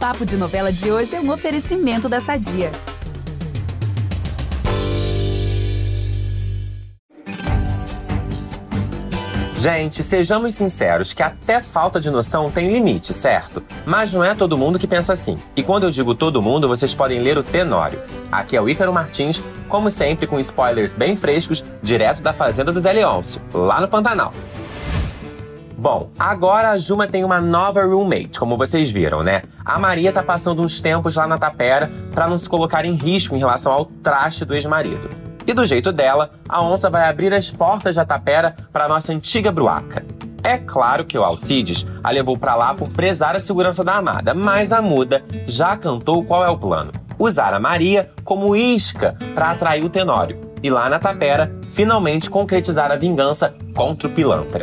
Papo de Novela de hoje é um oferecimento da Sadia. Gente, sejamos sinceros que até falta de noção tem limite, certo? Mas não é todo mundo que pensa assim. E quando eu digo todo mundo, vocês podem ler o Tenório. Aqui é o Ícaro Martins, como sempre com spoilers bem frescos, direto da fazenda do Zé Leôncio, lá no Pantanal. Bom, agora a Juma tem uma nova roommate, como vocês viram, né? A Maria tá passando uns tempos lá na tapera pra não se colocar em risco em relação ao traste do ex-marido. E do jeito dela, a onça vai abrir as portas da tapera para nossa antiga bruaca. É claro que o Alcides a levou para lá por prezar a segurança da amada, mas a muda já cantou qual é o plano. Usar a Maria como isca para atrair o Tenório. E lá na tapera, finalmente concretizar a vingança contra o pilantra.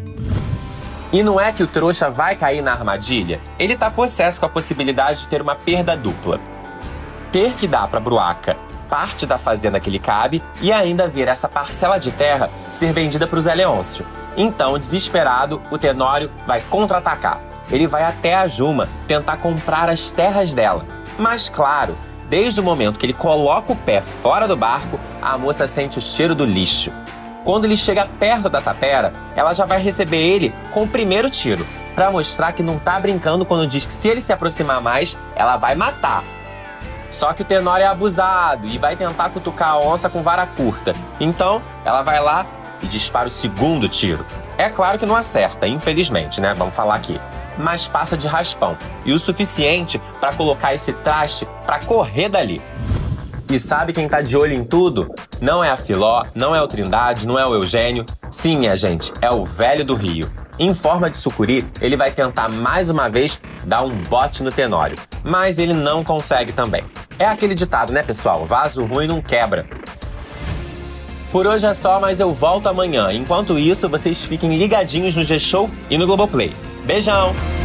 E não é que o trouxa vai cair na armadilha? Ele tá possesso com a possibilidade de ter uma perda dupla. Ter que dar para bruaca parte da fazenda que lhe cabe e ainda ver essa parcela de terra ser vendida para o Zé Leôncio. Então, desesperado, o Tenório vai contra-atacar. Ele vai até a Juma tentar comprar as terras dela. Mas, claro, desde o momento que ele coloca o pé fora do barco, a moça sente o cheiro do lixo. Quando ele chega perto da tapera, ela já vai receber ele com o primeiro tiro, para mostrar que não tá brincando quando diz que se ele se aproximar mais, ela vai matar. Só que o Tenório é abusado e vai tentar cutucar a onça com vara curta. Então, ela vai lá e dispara o segundo tiro. É claro que não acerta, infelizmente, né? Vamos falar aqui. Mas passa de raspão. E o suficiente para colocar esse traste para correr dali. E sabe quem tá de olho em tudo? Não é a Filó, não é o Trindade, não é o Eugênio. Sim, minha gente, é o velho do Rio. Em forma de sucuri, ele vai tentar mais uma vez dar um bote no Tenório. Mas ele não consegue também. É aquele ditado, né, pessoal? Vaso ruim não quebra. Por hoje é só, mas eu volto amanhã. Enquanto isso, vocês fiquem ligadinhos no G-Show e no Globoplay. Beijão!